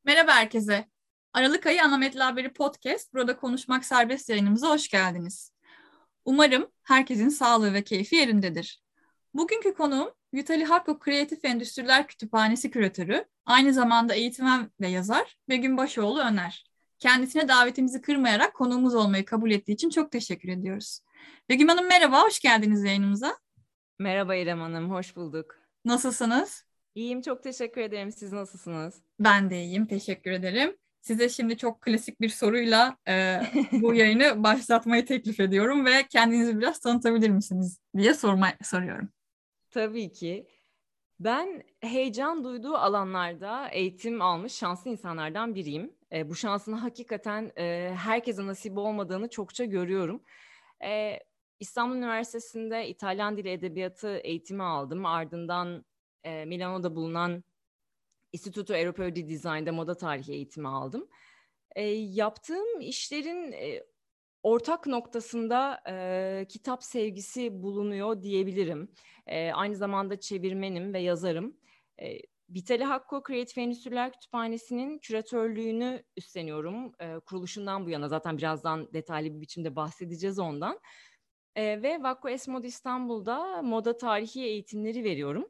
Merhaba herkese. Aralık ayı Ana Metli Haberi Podcast, Burada Konuşmak Serbest yayınımıza hoş geldiniz. Umarım herkesin sağlığı ve keyfi yerindedir. Bugünkü konuğum Vitali Hakko Kreatif Endüstriler Kütüphanesi Küratörü, aynı zamanda eğitmen ve yazar Begüm Başoğlu Öner. Kendisine davetimizi kırmayarak konuğumuz olmayı kabul ettiği için çok teşekkür ediyoruz. Begüm Hanım merhaba, hoş geldiniz yayınımıza. Merhaba İrem Hanım, hoş bulduk. Nasılsınız? İyiyim, çok teşekkür ederim. Siz nasılsınız? Ben de iyiyim, teşekkür ederim. Size şimdi çok klasik bir soruyla bu yayını başlatmayı teklif ediyorum ve kendinizi biraz tanıtabilir misiniz diye soruyorum. Tabii ki. Ben heyecan duyduğu alanlarda eğitim almış şanslı insanlardan biriyim. Bu şansın hakikaten herkese nasip olmadığını çokça görüyorum. E, İstanbul Üniversitesi'nde İtalyan Dili Edebiyatı eğitimi aldım. Ardından Milano'da bulunan Istituto Europeo di Design'da moda tarihi eğitimi aldım. Yaptığım işlerin ortak noktasında kitap sevgisi bulunuyor diyebilirim. Aynı zamanda çevirmenim ve yazarım. Vitali Hakko Kreatif Endüstriler Kütüphanesi'nin küratörlüğünü üstleniyorum. Kuruluşundan bu yana zaten birazdan detaylı bir biçimde bahsedeceğiz ondan. Ve Vakko Esmod İstanbul'da moda tarihi eğitimleri veriyorum.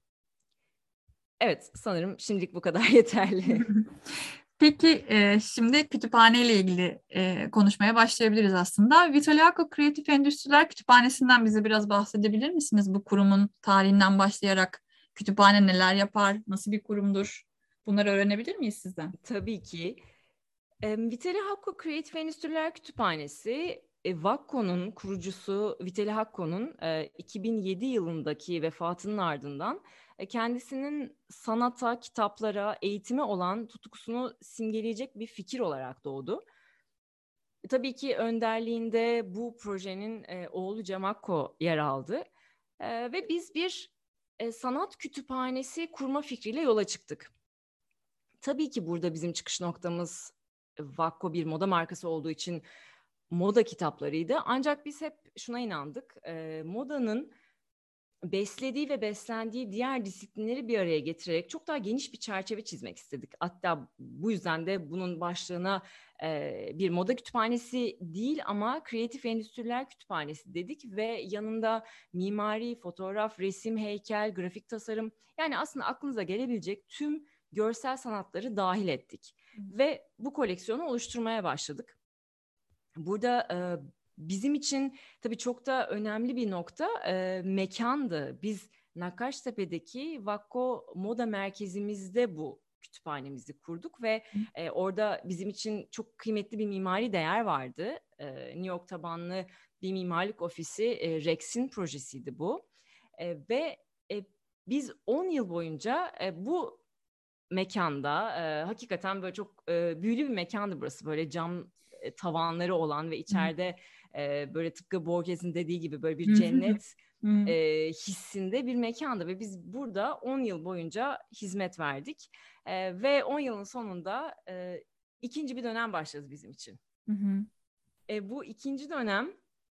Evet, sanırım şimdilik bu kadar yeterli. Peki şimdi kütüphane ile ilgili konuşmaya başlayabiliriz aslında. Vitali Hakko Kreatif Endüstriler Kütüphanesi'nden bize biraz bahsedebilir misiniz? Bu kurumun tarihinden başlayarak kütüphane neler yapar, nasıl bir kurumdur? Bunları öğrenebilir miyiz sizden? Tabii ki. Vitali Hakko Kreatif Endüstriler Kütüphanesi, Vakko'nun kurucusu Vitali Hakko'nun 2007 yılındaki vefatının ardından kendisinin sanata, kitaplara, eğitime olan tutkusunu simgeleyecek bir fikir olarak doğdu. Tabii ki önderliğinde bu projenin oğlu Cem Hakko yer aldı. Ve biz bir sanat kütüphanesi kurma fikriyle yola çıktık. Tabii ki burada bizim çıkış noktamız Vakko bir moda markası olduğu için moda kitaplarıydı. Ancak biz hep şuna inandık. Modanın beslediği ve beslendiği diğer disiplinleri bir araya getirerek çok daha geniş bir çerçeve çizmek istedik. Hatta bu yüzden de bunun başlığına bir moda kütüphanesi değil ama kreatif endüstriler kütüphanesi dedik ve yanında mimari, fotoğraf, resim, heykel, grafik tasarım, yani aslında aklınıza gelebilecek tüm görsel sanatları dahil ettik. Ve bu koleksiyonu oluşturmaya başladık. Burada bizim için tabii çok da önemli bir nokta mekandı. Biz Nakkaştepe'deki Vakko Moda Merkezimizde bu kütüphanemizi kurduk ve orada bizim için çok kıymetli bir mimari değer vardı. New York tabanlı bir mimarlık ofisi, Rex'in projesiydi bu. Ve biz 10 yıl boyunca bu mekanda hakikaten böyle çok büyülü bir mekandı burası. Böyle cam tavanları olan ve içeride böyle tıpkı Borges'in dediği gibi böyle bir cennet hissinde bir mekandı ve biz burada 10 yıl boyunca hizmet verdik. Ve 10 yılın sonunda ikinci bir dönem başladı bizim için. Bu ikinci dönem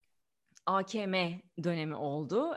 AKM dönemi oldu.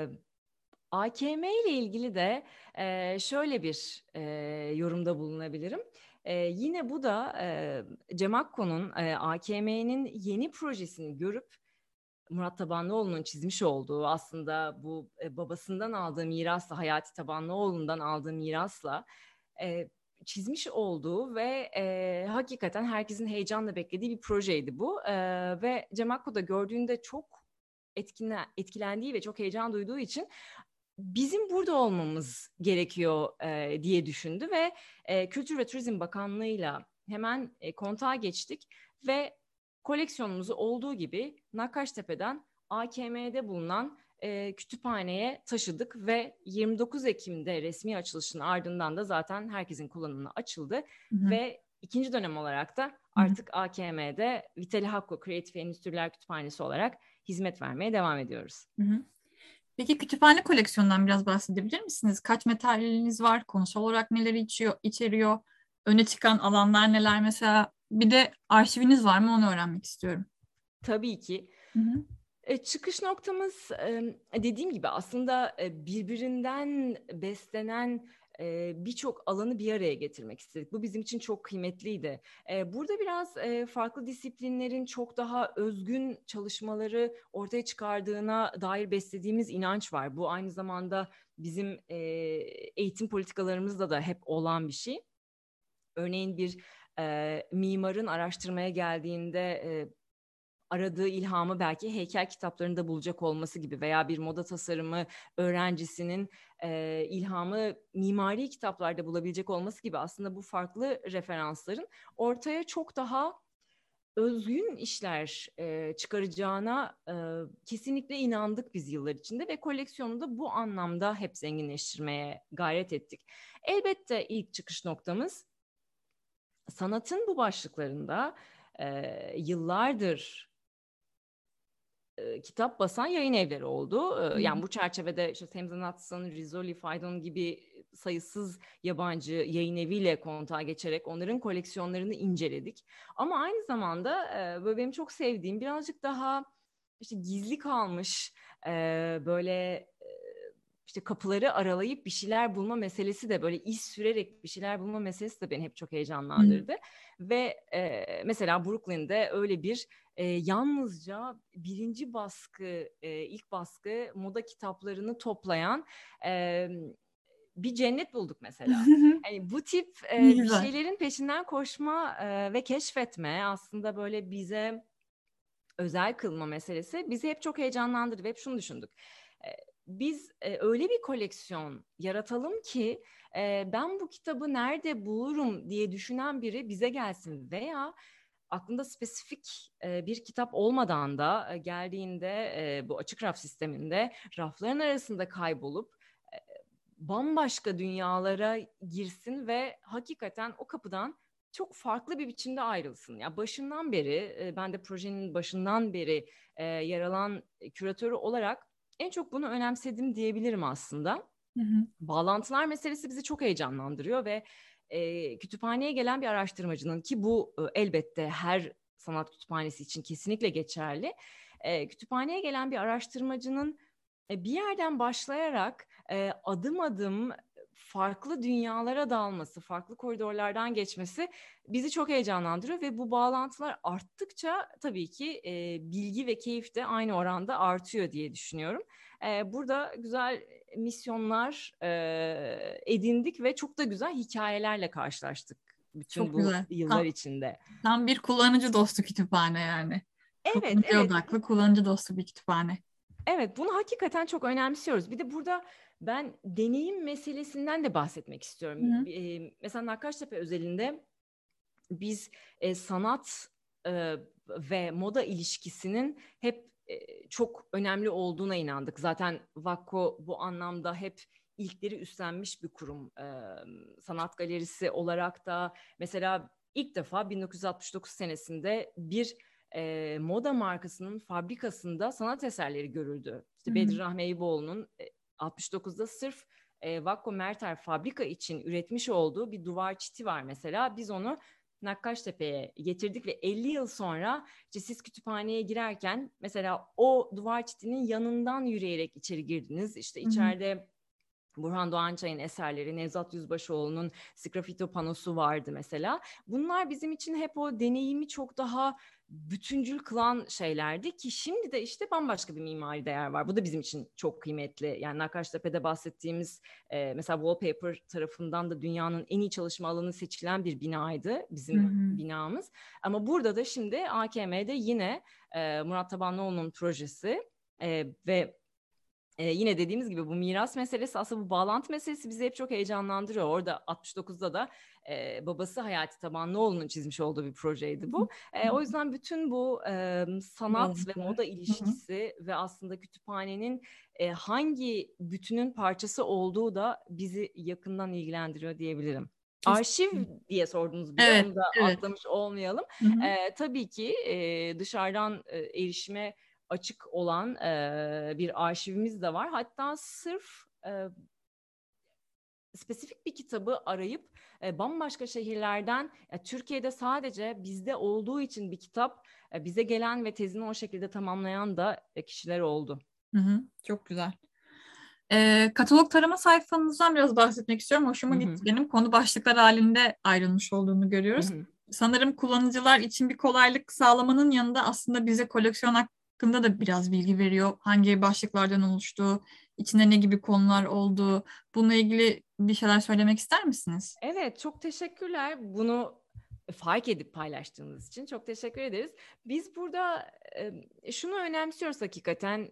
AKM ile ilgili de şöyle bir yorumda bulunabilirim. Yine bu da Cem Akko'nun AKM'nin yeni projesini görüp Murat Tabanlıoğlu'nun çizmiş olduğu, aslında bu babasından aldığı mirasla, Hayati Tabanlıoğlu'ndan aldığı mirasla çizmiş olduğu ve hakikaten herkesin heyecanla beklediği bir projeydi bu. Ve Cem Akko da gördüğünde çok etkilendiği ve çok heyecan duyduğu için bizim burada olmamız gerekiyor diye düşündü ve Kültür ve Turizm Bakanlığı'yla hemen kontağa geçtik ve koleksiyonumuzu olduğu gibi Nakkaştepe'den AKM'de bulunan kütüphaneye taşıdık ve 29 Ekim'de resmi açılışın ardından da zaten herkesin kullanımına açıldı ve ikinci dönem olarak da artık AKM'de Vitali Hakko Kreatif Endüstriler Kütüphanesi olarak hizmet vermeye devam ediyoruz. Peki kütüphane koleksiyonundan biraz bahsedebilir misiniz? Kaç materyaliniz var? Konusal olarak neler içeriyor? Öne çıkan alanlar neler mesela? Bir de arşiviniz var mı? Onu öğrenmek istiyorum. Tabii ki. Hı hı. Çıkış noktamız dediğim gibi aslında birbirinden beslenen birçok alanı bir araya getirmek istedik. Bu bizim için çok kıymetliydi. Burada biraz farklı disiplinlerin çok daha özgün çalışmaları ortaya çıkardığına dair beslediğimiz inanç var. Bu aynı zamanda bizim eğitim politikalarımızda da hep olan bir şey. Örneğin bir mimarın araştırmaya geldiğinde aradığı ilhamı belki heykel kitaplarında bulacak olması gibi veya bir moda tasarımı öğrencisinin ilhamı mimari kitaplarda bulabilecek olması gibi aslında bu farklı referansların ortaya çok daha özgün işler çıkaracağına kesinlikle inandık biz yıllar içinde ve koleksiyonu da bu anlamda hep zenginleştirmeye gayret ettik. Elbette ilk çıkış noktamız sanatın bu başlıklarında yıllardır kitap basan yayın evleri oldu. Yani bu çerçevede işte Thames Hudson, Rizzoli, Phaidon gibi sayısız yabancı yayın eviyle kontağa geçerek onların koleksiyonlarını inceledik. Ama aynı zamanda böyle benim çok sevdiğim birazcık daha işte gizli kalmış böyle işte kapıları aralayıp bir şeyler bulma meselesi de böyle iz sürerek bir şeyler bulma meselesi de beni hep çok heyecanlandırdı. Ve mesela Brooklyn'de öyle bir yalnızca birinci baskı, ilk baskı moda kitaplarını toplayan bir cennet bulduk mesela. Yani bu tip bir şeylerin peşinden koşma ve keşfetme aslında böyle bize özel kılma meselesi bizi hep çok heyecanlandırdı ve hep şunu düşündük. Biz öyle bir koleksiyon yaratalım ki ben bu kitabı nerede bulurum diye düşünen biri bize gelsin veya aklında spesifik bir kitap olmadan da geldiğinde bu açık raf sisteminde rafların arasında kaybolup bambaşka dünyalara girsin ve hakikaten o kapıdan çok farklı bir biçimde ayrılsın. Ya başından beri ben de projenin başından beri yer alan küratörü olarak en çok bunu önemsedim diyebilirim aslında. Bağlantılar meselesi bizi çok heyecanlandırıyor ve kütüphaneye gelen bir araştırmacının ki bu elbette her sanat kütüphanesi için kesinlikle geçerli. Kütüphaneye gelen bir araştırmacının bir yerden başlayarak adım adım farklı dünyalara dalması, farklı koridorlardan geçmesi bizi çok heyecanlandırıyor ve bu bağlantılar arttıkça tabii ki bilgi ve keyif de aynı oranda artıyor diye düşünüyorum. Burada güzel misyonlar edindik ve çok da güzel hikayelerle karşılaştık bütün Çok bu güzel. yıllar içinde. Tam bir kullanıcı dostu kütüphane yani. Kullanıcı odaklı, kullanıcı dostu bir kütüphane. Evet, bunu hakikaten çok önemsiyoruz. Bir de burada ben deneyim meselesinden de bahsetmek istiyorum. Mesela Nakkaştepe özelinde biz sanat ve moda ilişkisinin hep çok önemli olduğuna inandık. Zaten Vakko bu anlamda hep ilkleri üstlenmiş bir kurum. Sanat galerisi olarak da mesela ilk defa 1969 senesinde bir moda markasının fabrikasında sanat eserleri görüldü. İşte Bedri Rahmi Eyüboğlu'nun 69'da sırf Vakko Merter fabrika için üretmiş olduğu bir duvar çiti var mesela. Biz onu Nakkaştepe'ye getirdik ve 50 yıl sonra işte siz kütüphaneye girerken mesela o duvar çitinin yanından yürüyerek içeri girdiniz. İşte içeride Burhan Doğançay'ın eserleri, Nevzat Yüzbaşıoğlu'nun sgrafito panosu vardı mesela. Bunlar bizim için hep o deneyimi çok daha bütüncül kılan şeylerdi ki şimdi de işte bambaşka bir mimari değer var. Bu da bizim için çok kıymetli. Yani Nakkaştepe'de bahsettiğimiz mesela Wallpaper tarafından da dünyanın en iyi çalışma alanı seçilen bir binaydı bizim binamız. Ama burada da şimdi AKM'de yine Murat Tabanlıoğlu'nun projesi ve yine dediğimiz gibi bu miras meselesi aslında bu bağlantı meselesi bizi hep çok heyecanlandırıyor. Orada 69'da da babası Hayati Tabanlıoğlu'nun çizmiş olduğu bir projeydi bu. O yüzden bütün bu sanat ve moda ilişkisi ve aslında kütüphanenin hangi bütünün parçası olduğu da bizi yakından ilgilendiriyor diyebilirim. Arşiv diye sordunuz bir de onu da atlamış olmayalım. Tabii ki dışarıdan erişime açık olan bir arşivimiz de var. Hatta sırf spesifik bir kitabı arayıp bambaşka şehirlerden Türkiye'de sadece bizde olduğu için bir kitap bize gelen ve tezini o şekilde tamamlayan da kişiler oldu. Çok güzel. Katalog tarama sayfanızdan biraz bahsetmek istiyorum. Hoşuma Hı gitti. hı. Benim konu başlıklar halinde ayrılmış olduğunu Hı görüyoruz. hı. Sanırım kullanıcılar için bir kolaylık sağlamanın yanında aslında bize koleksiyon hakkında da biraz bilgi veriyor. Hangi başlıklardan oluştuğu, içinde ne gibi konular olduğu. Bununla ilgili bir şeyler söylemek ister misiniz? Evet, çok teşekkürler. Bunu fark edip paylaştığınız için çok teşekkür ederiz. Biz burada şunu önemsiyoruz hakikaten.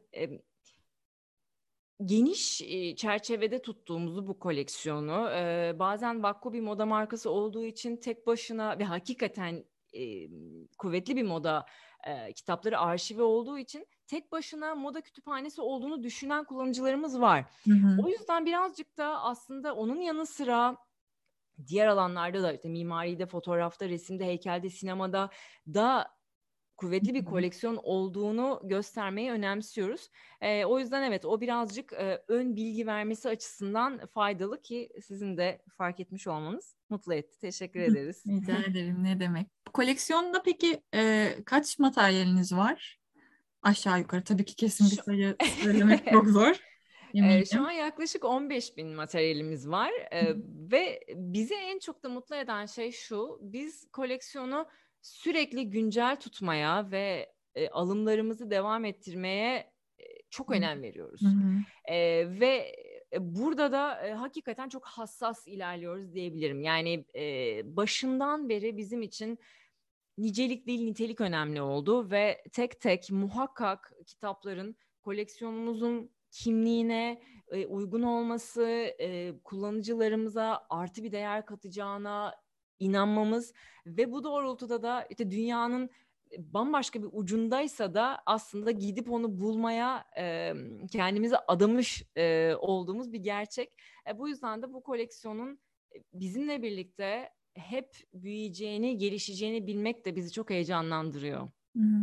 Geniş çerçevede tuttuğumuzu bu koleksiyonu, bazen Vakko bir moda markası olduğu için tek başına ve hakikaten kuvvetli bir moda kitapları arşivi olduğu için tek başına moda kütüphanesi olduğunu düşünen kullanıcılarımız var. Hı hı. O yüzden birazcık da aslında onun yanı sıra diğer alanlarda da işte mimaride, fotoğrafta, resimde, heykelde, sinemada da kuvvetli bir koleksiyon olduğunu göstermeyi önemsiyoruz. O yüzden evet, o birazcık ön bilgi vermesi açısından faydalı ki sizin de fark etmiş olmanız mutlu etti. Teşekkür ederiz. Rica ederim. Ne demek? Koleksiyonda peki kaç materyaliniz var? Aşağı yukarı. Tabii ki kesin bir Şu, sayı söylemek çok zor. Şu Eminim. an yaklaşık 15 bin materyalimiz var ve bizi en çok da mutlu eden şey şu: biz koleksiyonu sürekli güncel tutmaya ve alımlarımızı devam ettirmeye çok önem Hı veriyoruz. hı. Ve burada da hakikaten çok hassas ilerliyoruz diyebilirim. Yani başından beri bizim için nicelik değil nitelik önemli oldu ve tek tek muhakkak kitapların koleksiyonumuzun kimliğine uygun olması, kullanıcılarımıza artı bir değer katacağına inanmamız ve bu doğrultuda da işte dünyanın bambaşka bir ucundaysa da aslında gidip onu bulmaya kendimizi adamış olduğumuz bir gerçek. Bu yüzden de bu koleksiyonun bizimle birlikte hep büyüyeceğini, gelişeceğini bilmek de bizi çok heyecanlandırıyor. Hı hı.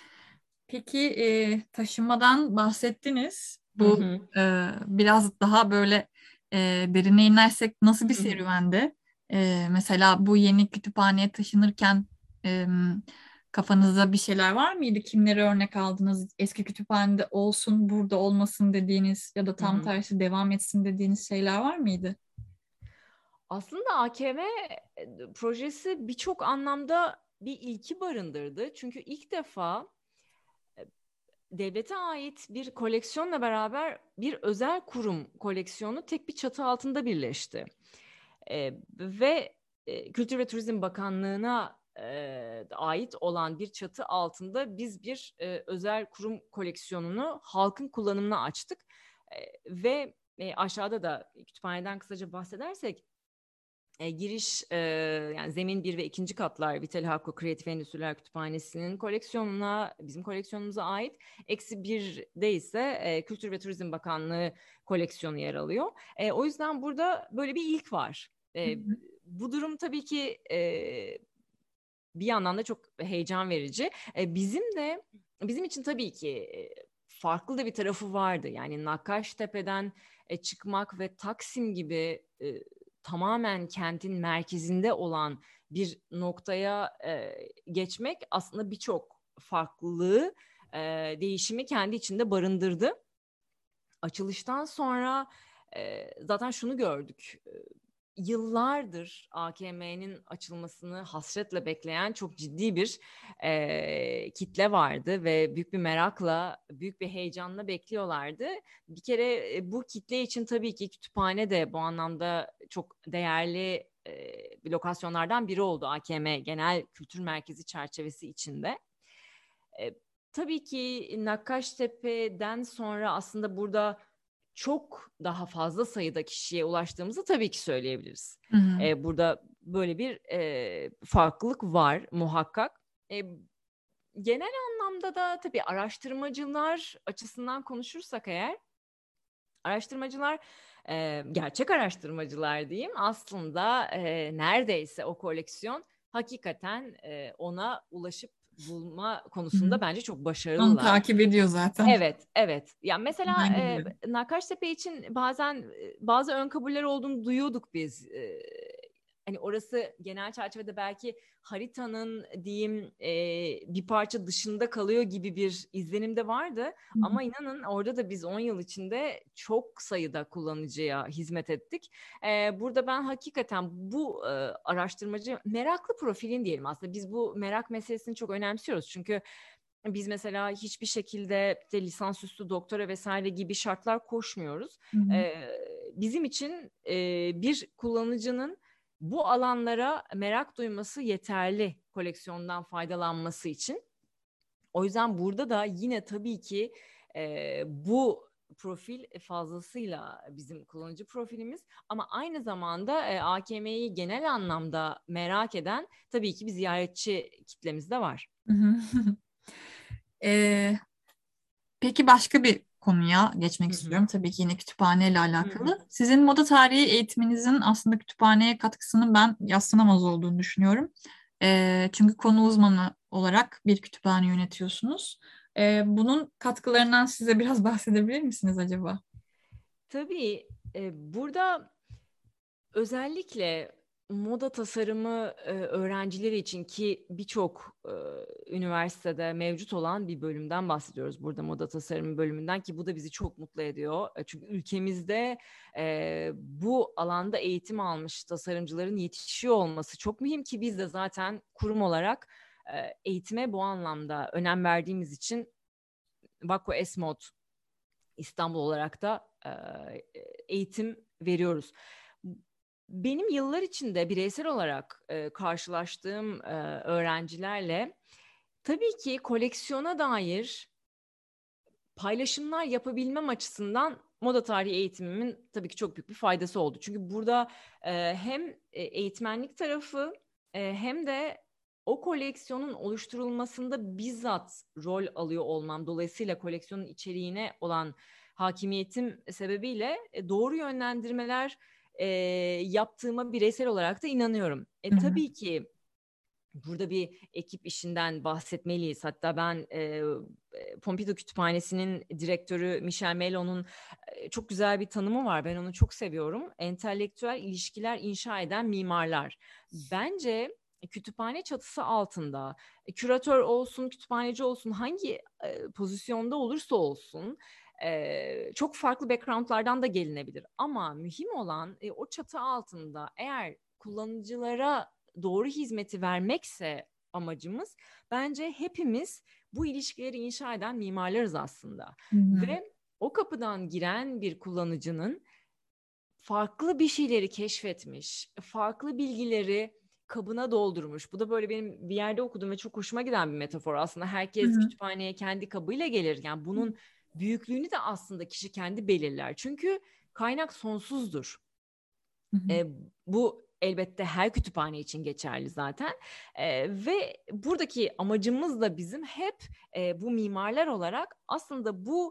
Peki taşınmadan bahsettiniz. Hı Bu hı. biraz daha böyle derine inersek nasıl bir Hı hı. serüvendi? Mesela bu yeni kütüphaneye taşınırken e, kafanızda bir şeyler var mıydı? Kimleri örnek aldınız? Eski kütüphanede olsun, burada olmasın dediğiniz ya da Hı tam hı. tersi devam etsin dediğiniz şeyler var mıydı? Aslında AKM projesi birçok anlamda bir ilki barındırdı. Çünkü ilk defa e, devlete ait bir koleksiyonla beraber bir özel kurum koleksiyonu tek bir çatı altında birleşti. Ve Kültür ve Turizm Bakanlığı'na ait olan bir çatı altında biz bir özel kurum koleksiyonunu halkın kullanımına açtık. Ve aşağıda da kütüphaneden kısaca bahsedersek giriş yani zemin 1 ve 2. katlar Vitali Hakko Kreatif Endüstriler Kütüphanesi'nin koleksiyonuna, bizim koleksiyonumuza ait. Eksi 1'de ise Kültür ve Turizm Bakanlığı koleksiyonu yer alıyor. O yüzden burada böyle bir ilk var. Hı Bu durum tabii ki bir yandan da çok heyecan verici. Bizim için tabii ki farklı da bir tarafı vardı. Yani Nakkaştepe'den çıkmak ve Taksim gibi tamamen kentin merkezinde olan bir noktaya geçmek aslında birçok farklılığı, değişimi kendi içinde barındırdı. Açılıştan sonra zaten şunu gördük. Yıllardır AKM'nin açılmasını hasretle bekleyen çok ciddi bir kitle vardı ve büyük bir merakla, büyük bir heyecanla bekliyorlardı. Bir kere bu kitle için tabii ki kütüphane de bu anlamda çok değerli lokasyonlardan biri oldu AKM Genel Kültür Merkezi çerçevesi içinde. E, tabii ki Nakkaştepe'den sonra aslında burada çok daha fazla sayıda kişiye ulaştığımızı tabii ki söyleyebiliriz. hı. Burada böyle bir farklılık var muhakkak. Genel anlamda da tabii araştırmacılar açısından konuşursak eğer, araştırmacılar, gerçek araştırmacılar diyeyim, aslında neredeyse o koleksiyon hakikaten ona ulaşıp bulma Hı hı. konusunda bence çok Onu başarılılar. takip ediyor zaten. Evet, evet. Ya mesela Ben gidiyorum. Nakkaştepe için bazen bazı ön kabuller olduğunu duyuyorduk biz. hani orası genel çerçevede belki haritanın diyeyim bir parça dışında kalıyor gibi bir izlenim de vardı. Hı hı. Ama inanın orada da biz 10 yıl içinde çok sayıda kullanıcıya hizmet ettik. Burada ben hakikaten bu araştırmacı meraklı profilin diyelim aslında. Biz bu merak meselesini çok önemsiyoruz. Çünkü biz mesela hiçbir şekilde de lisansüstü, doktora vesaire gibi şartlar koşmuyoruz. Hı hı. Bizim için bir kullanıcının bu alanlara merak duyması yeterli koleksiyondan faydalanması için. O yüzden burada da yine tabii ki bu profil fazlasıyla bizim kullanıcı profilimiz ama aynı zamanda AKM'yi genel anlamda merak eden tabii ki bir ziyaretçi kitlemiz de var. Hı hı. Ee, peki başka bir konuya geçmek Hı hı. istiyorum. Tabii ki yine kütüphaneyle Hı hı. alakalı. Sizin moda tarihi eğitiminizin aslında kütüphaneye katkısının ben yadsınamaz olduğunu düşünüyorum. Çünkü konu uzmanı olarak bir kütüphane yönetiyorsunuz. Bunun katkılarından size biraz bahsedebilir misiniz acaba? Tabii burada özellikle moda tasarımı öğrencileri için ki birçok üniversitede mevcut olan bir bölümden bahsediyoruz. Burada moda tasarımı bölümünden ki bu da bizi çok mutlu ediyor. Çünkü ülkemizde bu alanda eğitim almış tasarımcıların yetişiyor olması çok mühim ki biz de zaten kurum olarak eğitime bu anlamda önem verdiğimiz için Vakko Esmod İstanbul olarak da eğitim veriyoruz. Benim yıllar içinde bireysel olarak karşılaştığım öğrencilerle tabii ki koleksiyona dair paylaşımlar yapabilmem açısından moda tarihi eğitimimin tabii ki çok büyük bir faydası oldu. Çünkü burada hem eğitmenlik tarafı hem de o koleksiyonun oluşturulmasında bizzat rol alıyor olmam, dolayısıyla koleksiyonun içeriğine olan hakimiyetim sebebiyle doğru yönlendirmeler yaptığıma bireysel olarak da inanıyorum. Hı hı. Tabii ki burada bir ekip işinden bahsetmeliyiz. Hatta ben Pompidou Kütüphanesi'nin direktörü Michel Melo'nun çok güzel bir tanımı var. Ben onu çok seviyorum. Entelektüel ilişkiler inşa eden mimarlar. Bence kütüphane çatısı altında küratör olsun, kütüphaneci olsun, hangi pozisyonda olursa olsun çok farklı backgroundlardan da gelinebilir. Ama mühim olan o çatı altında eğer kullanıcılara doğru hizmeti vermekse amacımız, bence hepimiz bu ilişkileri inşa eden mimarlarız aslında. Hı hı. Ve o kapıdan giren bir kullanıcının farklı bir şeyleri keşfetmiş, farklı bilgileri kabına doldurmuş. Bu da böyle benim bir yerde okuduğum ve çok hoşuma giden bir metafor. Aslında Hı herkes hı. kütüphaneye kendi kabıyla gelir. Yani bunun büyüklüğünü de aslında kişi kendi belirler. Çünkü kaynak sonsuzdur. Hı hı. Bu elbette her kütüphane için geçerli zaten. Ve buradaki amacımız da bizim hep bu mimarlar olarak aslında bu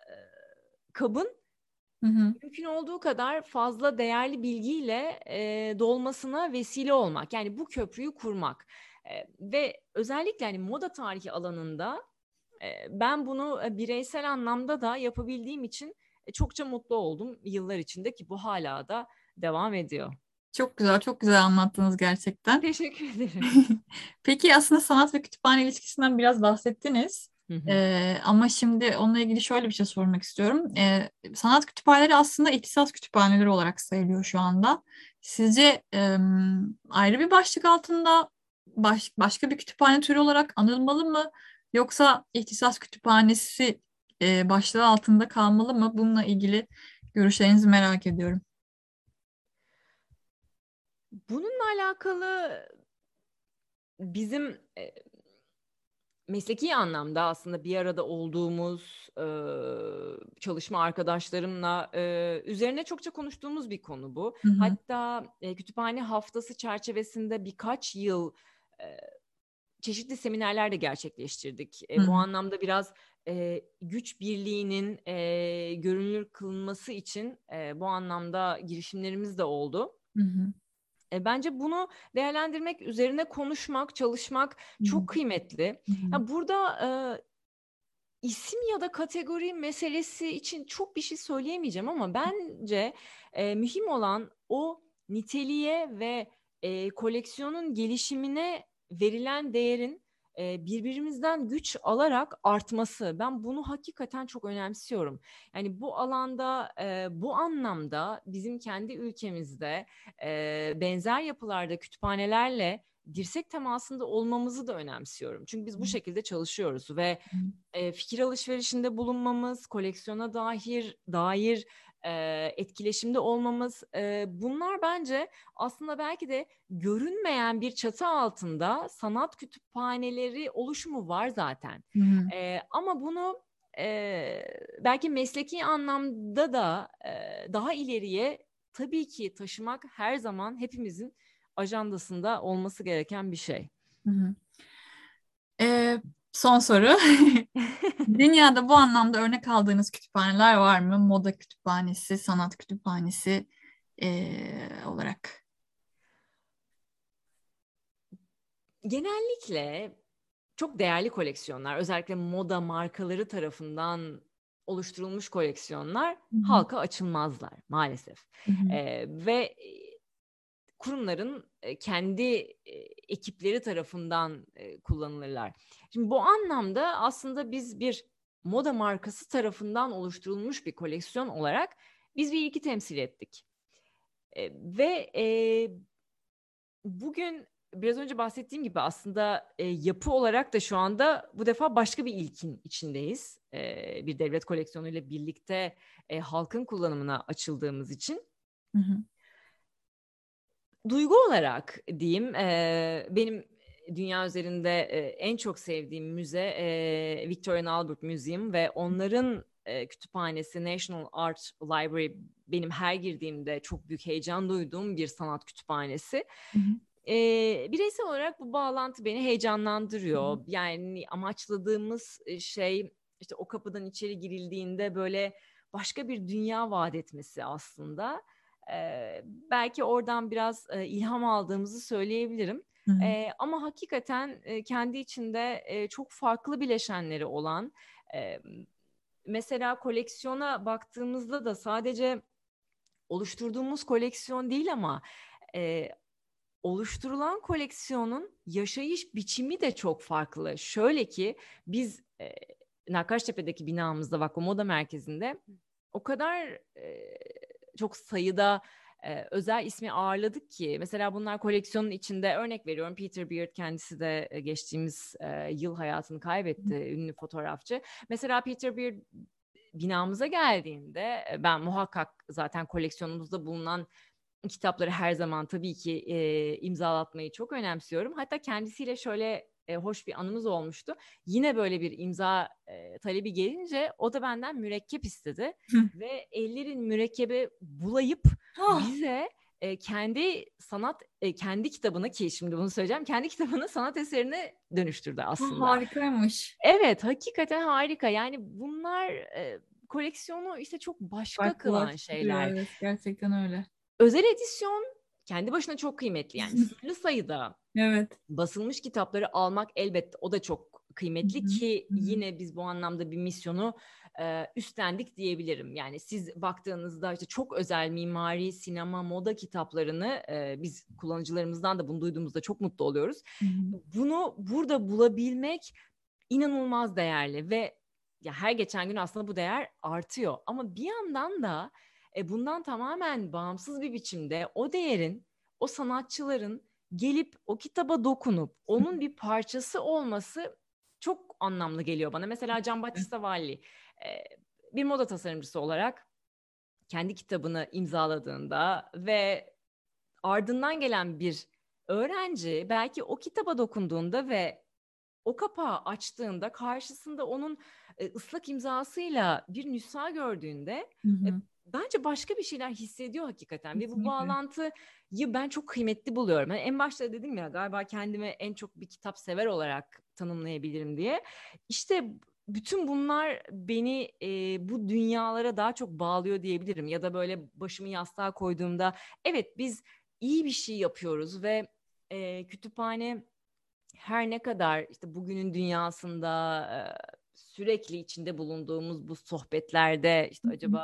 kabın Hı hı. mümkün olduğu kadar fazla değerli bilgiyle dolmasına vesile olmak. Yani bu köprüyü kurmak. Ve özellikle hani moda tarihi alanında ben bunu bireysel anlamda da yapabildiğim için çokça mutlu oldum yıllar içinde ki bu hala da devam ediyor. Çok güzel, çok güzel anlattınız gerçekten. Teşekkür ederim. Peki aslında sanat ve kütüphane ilişkisinden biraz bahsettiniz. Hı hı. Ama şimdi onunla ilgili şöyle bir şey sormak istiyorum. Sanat kütüphaneleri aslında ihtisas kütüphaneleri olarak sayılıyor şu anda. Sizce ayrı bir başlık altında başka bir kütüphane türü olarak anılmalı mı? Yoksa ihtisas kütüphanesi başlığı altında kalmalı mı? Bununla ilgili görüşlerinizi merak ediyorum. Bununla alakalı bizim mesleki anlamda aslında bir arada olduğumuz çalışma arkadaşlarımla üzerine çokça konuştuğumuz bir konu bu. Hı hı. Hatta kütüphane haftası çerçevesinde birkaç yıl e, çeşitli seminerler de gerçekleştirdik. Hı Bu hı. anlamda biraz güç birliğinin görünür kılınması için bu anlamda girişimlerimiz de oldu. Hı hı. Bence bunu değerlendirmek, üzerine konuşmak, çalışmak Hı hı. çok kıymetli. Hı hı. Ya burada isim ya da kategori meselesi için çok bir şey söyleyemeyeceğim ama bence mühim olan o niteliğe ve koleksiyonun gelişimine verilen değerin birbirimizden güç alarak artması. Ben bunu hakikaten çok önemsiyorum. Yani bu alanda, bu anlamda bizim kendi ülkemizde benzer yapılarda kütüphanelerle dirsek temasında olmamızı da önemsiyorum. Çünkü biz bu şekilde çalışıyoruz ve fikir alışverişinde bulunmamız, koleksiyona dair etkileşimde olmamız, bunlar bence aslında belki de görünmeyen bir çatı altında sanat kütüphaneleri oluşumu var zaten. Ama bunu belki mesleki anlamda da daha ileriye tabii ki taşımak her zaman hepimizin ajandasında olması gereken bir şey. Son soru. Dünyada bu anlamda örnek aldığınız kütüphaneler var mı? Moda kütüphanesi, sanat kütüphanesi olarak. Genellikle çok değerli koleksiyonlar, özellikle moda markaları tarafından oluşturulmuş koleksiyonlar halka açılmazlar maalesef. Ve kurumların kendi ekipleri tarafından kullanılırlar. Şimdi bu anlamda aslında biz bir moda markası tarafından oluşturulmuş bir koleksiyon olarak biz bir ilki temsil ettik. Ve bugün biraz önce bahsettiğim gibi aslında yapı olarak da şu anda bu defa başka bir ilkin içindeyiz. Bir devlet koleksiyonuyla birlikte halkın kullanımına açıldığımız için. Duygu olarak diyeyim, benim dünya üzerinde en çok sevdiğim müze Victoria and Albert Museum ve onların kütüphanesi National Art Library benim her girdiğimde çok büyük heyecan duyduğum bir sanat kütüphanesi. Bireysel olarak bu bağlantı beni heyecanlandırıyor. Yani amaçladığımız şey işte o kapıdan içeri girildiğinde böyle başka bir dünya vaat etmesi aslında. Belki oradan biraz ilham aldığımızı söyleyebilirim. Ama hakikaten kendi içinde çok farklı bileşenleri olan, mesela koleksiyona baktığımızda da sadece oluşturduğumuz koleksiyon değil ama oluşturulan koleksiyonun yaşayış biçimi de çok farklı. Şöyle ki biz Nakkaştepe'deki binamızda Vakko Moda Merkezi'nde o kadar çok sayıda özel ismi ağırladık ki mesela bunlar koleksiyonun içinde, örnek veriyorum, Peter Beard kendisi de geçtiğimiz yıl hayatını kaybetti, ünlü fotoğrafçı. Mesela Peter Beard binamıza geldiğinde ben muhakkak zaten koleksiyonumuzda bulunan kitapları her zaman tabii ki imzalatmayı çok önemsiyorum. Hatta kendisiyle şöyle hoş bir anımız olmuştu. Yine böyle bir imza talebi gelince o da benden mürekkep istedi. Ve ellerin mürekkebi bulayıp bize kendi kitabını, ki şimdi bunu söyleyeceğim, kendi kitabını sanat eserine dönüştürdü aslında. Harikaymış. Evet, hakikaten harika. Yani bunlar koleksiyonu işte çok başka kılan şeyler. Evet, gerçekten öyle. Özel edisyon kendi başına çok kıymetli. Yani sınırlı sayıda basılmış kitapları almak elbette o da çok kıymetli ki yine biz bu anlamda bir misyonu üstlendik diyebilirim. Yani siz baktığınızda işte çok özel mimari, sinema, moda kitaplarını biz kullanıcılarımızdan da bunu duyduğumuzda çok mutlu oluyoruz. Bunu burada bulabilmek inanılmaz değerli ve ya her geçen gün aslında bu değer artıyor. Ama bir yandan da bundan tamamen bağımsız bir biçimde o değerin, o sanatçıların gelip o kitaba dokunup onun bir parçası olması çok anlamlı geliyor bana. Mesela Giambattista Valli bir moda tasarımcısı olarak kendi kitabını imzaladığında ve ardından gelen bir öğrenci belki o kitaba dokunduğunda ve o kapağı açtığında karşısında onun ıslak imzasıyla bir nüsha gördüğünde bence başka bir şeyler hissediyor hakikaten. Kesinlikle. Ve bu bağlantıyı ben çok kıymetli buluyorum. Yani en başta dedim ya, galiba kendimi en çok bir kitap sever olarak tanımlayabilirim diye. İşte bütün bunlar beni bu dünyalara daha çok bağlıyor diyebilirim. Ya da böyle başımı yastığa koyduğumda evet biz iyi bir şey yapıyoruz ve kütüphane her ne kadar işte bugünün dünyasında sürekli içinde bulunduğumuz bu sohbetlerde işte acaba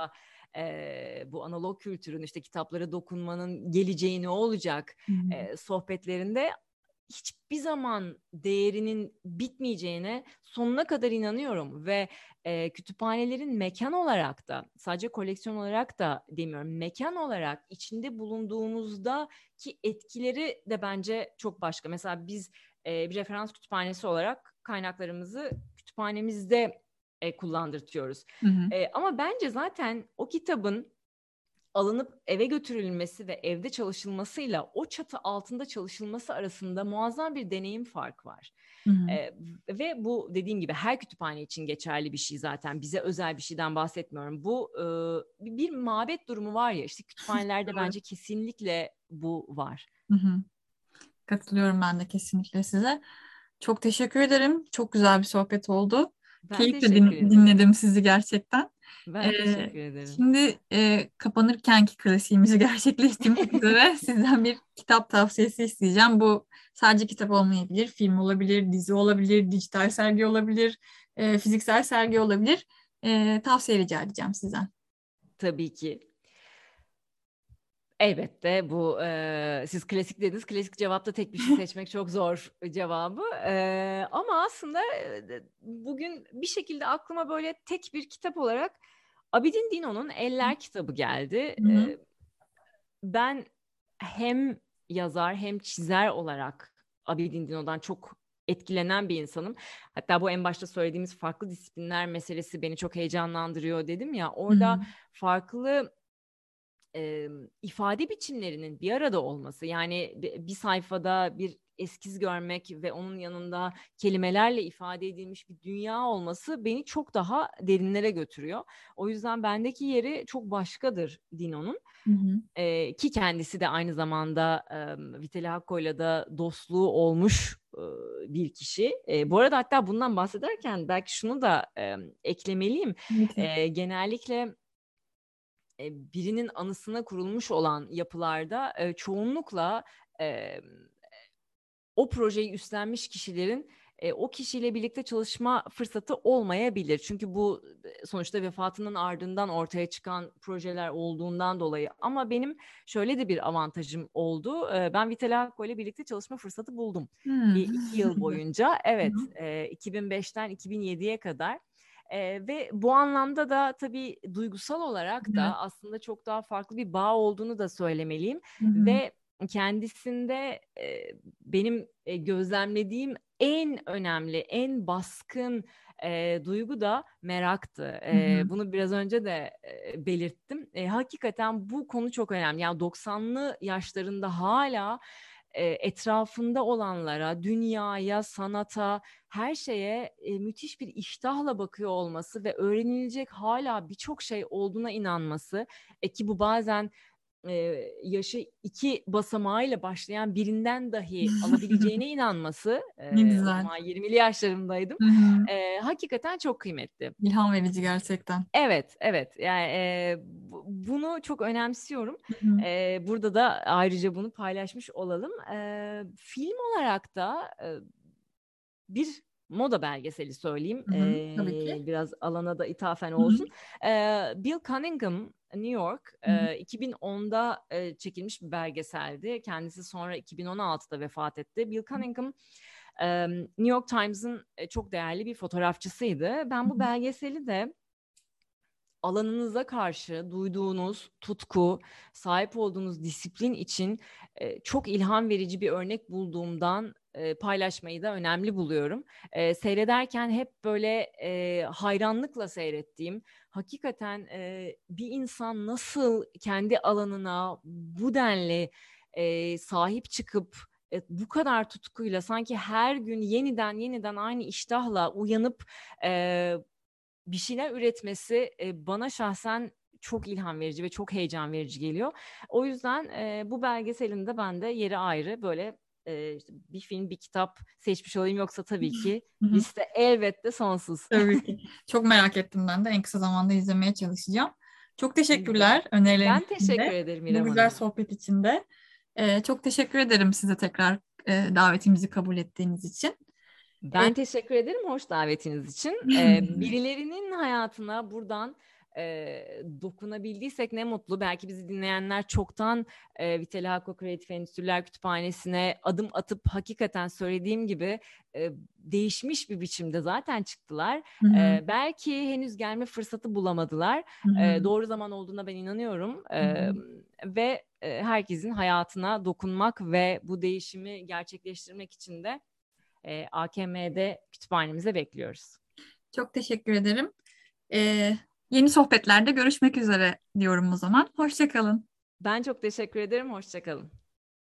bu analog kültürün işte kitaplara dokunmanın geleceği ne olacak sohbetlerinde hiçbir zaman değerinin bitmeyeceğine sonuna kadar inanıyorum ve kütüphanelerin mekan olarak da sadece koleksiyon olarak da demiyorum, mekan olarak içinde bulunduğumuzdaki etkileri de bence çok başka. Mesela biz bir referans kütüphanesi olarak kaynaklarımızı kütüphanemizde kullandırtıyoruz. Hı hı. Ama bence zaten o kitabın alınıp eve götürülmesi ve evde çalışılmasıyla o çatı altında çalışılması arasında muazzam bir deneyim fark var. Hı hı. Ve bu dediğim gibi her kütüphane için geçerli bir şey zaten. Bize özel bir şeyden bahsetmiyorum. Bu bir mabet durumu var ya, işte kütüphanelerde bence kesinlikle bu var. Hı hı. Katılıyorum ben de kesinlikle size. Çok teşekkür ederim. Çok güzel bir sohbet oldu. Ben Keyifle teşekkür ederim. dinledim sizi gerçekten. Ben teşekkür ederim. Şimdi kapanırkenki klasiğimizi gerçekleştirmek üzere sizden bir kitap tavsiyesi isteyeceğim. Bu sadece kitap olmayabilir, film olabilir, dizi olabilir, dijital sergi olabilir, fiziksel sergi olabilir. Tavsiye rica edeceğim sizden. Tabii ki. Elbette bu siz klasik dediniz. Klasik cevapta tek bir şey seçmek çok zor cevabı. Ama aslında bugün bir şekilde aklıma böyle tek bir kitap olarak Abidin Dino'nun Eller kitabı geldi. Hı hı. Ben hem yazar hem çizer olarak Abidin Dino'dan çok etkilenen bir insanım. Hatta bu en başta söylediğimiz farklı disiplinler meselesi beni çok heyecanlandırıyor dedim ya. Hı hı. Orada farklı ifade biçimlerinin bir arada olması, yani bir sayfada bir eskiz görmek ve onun yanında kelimelerle ifade edilmiş bir dünya olması beni çok daha derinlere götürüyor. O yüzden bendeki yeri çok başkadır Dino'nun. Hı hı. Ki kendisi de aynı zamanda Vitali Hakko'yla da dostluğu olmuş bir kişi. Bu arada hatta bundan bahsederken belki şunu da eklemeliyim. Lütfen. Genellikle birinin anısına kurulmuş olan yapılarda çoğunlukla e, o projeyi üstlenmiş kişilerin o kişiyle birlikte çalışma fırsatı olmayabilir. Çünkü bu sonuçta vefatının ardından ortaya çıkan projeler olduğundan dolayı. Ama benim şöyle de bir avantajım oldu. Ben Vitali Hakko ile birlikte çalışma fırsatı buldum. Hı. 2 yıl boyunca. Evet, Hı. 2005'ten 2007'ye kadar. Ve bu anlamda da tabii duygusal olarak Evet. da aslında çok daha farklı bir bağ olduğunu da söylemeliyim. Hı hı. Ve kendisinde benim gözlemlediğim en önemli, en baskın duygu da meraktı. Hı hı. Bunu biraz önce de belirttim. Hakikaten bu konu çok önemli. Yani 90'lı yaşlarında hala etrafında olanlara, dünyaya, sanata, her şeye müthiş bir iştahla bakıyor olması ve öğrenilecek hala birçok şey olduğuna inanması, ki bu bazen yaşı 2 basamağıyla başlayan birinden dahi alabileceğine inanması, Ne o güzel. zaman 20'li yaşlarımdaydım, Hı hı. hakikaten çok kıymetli. İlham verici gerçekten. Evet, evet. Yani bunu çok önemsiyorum. Hı hı. Burada da ayrıca bunu paylaşmış olalım. Film olarak da bir moda belgeseli söyleyeyim. Hı hı. Tabii ki. Biraz alana da ithafen Hı hı. olsun. Bill Cunningham, New York, Hı hı. 2010'da çekilmiş bir belgeseldi. Kendisi sonra 2016'da vefat etti. Bill Cunningham New York Times'ın çok değerli bir fotoğrafçısıydı. Ben bu belgeseli de alanınıza karşı duyduğunuz tutku, sahip olduğunuz disiplin için çok ilham verici bir örnek bulduğumdan paylaşmayı da önemli buluyorum. Seyrederken hep böyle hayranlıkla seyrettiğim, hakikaten bir insan nasıl kendi alanına bu denli sahip çıkıp bu kadar tutkuyla, sanki her gün yeniden aynı iştahla uyanıp bir şeyler üretmesi bana şahsen çok ilham verici ve çok heyecan verici geliyor. O yüzden bu belgeselin de bende yeri ayrı. Böyle işte bir film, bir kitap seçmiş olayım, yoksa tabii ki Hı hı. liste elbette sonsuz. Tabii ki. Çok merak ettim ben de. En kısa zamanda izlemeye çalışacağım. Çok teşekkürler önerileriniz Ben için teşekkür de. ederim Bu İrem güzel Hanım. sohbet için de. Çok teşekkür ederim size tekrar davetimizi kabul ettiğiniz için. E, Ben teşekkür ederim hoş davetiniz için. Birilerinin hayatına buradan dokunabildiysek ne mutlu. Belki bizi dinleyenler çoktan Vitali Hakko Kreatif Endüstriler Kütüphanesi'ne adım atıp hakikaten söylediğim gibi değişmiş bir biçimde zaten çıktılar. Hı hı. Belki henüz gelme fırsatı bulamadılar. Hı hı. Doğru zaman olduğuna ben inanıyorum. Hı hı. Ve herkesin hayatına dokunmak ve bu değişimi gerçekleştirmek için de AKM'de kütüphanemize bekliyoruz. Çok teşekkür ederim. Yeni sohbetlerde görüşmek üzere diyorum o zaman. Hoşça kalın. Ben çok teşekkür ederim. Hoşça kalın.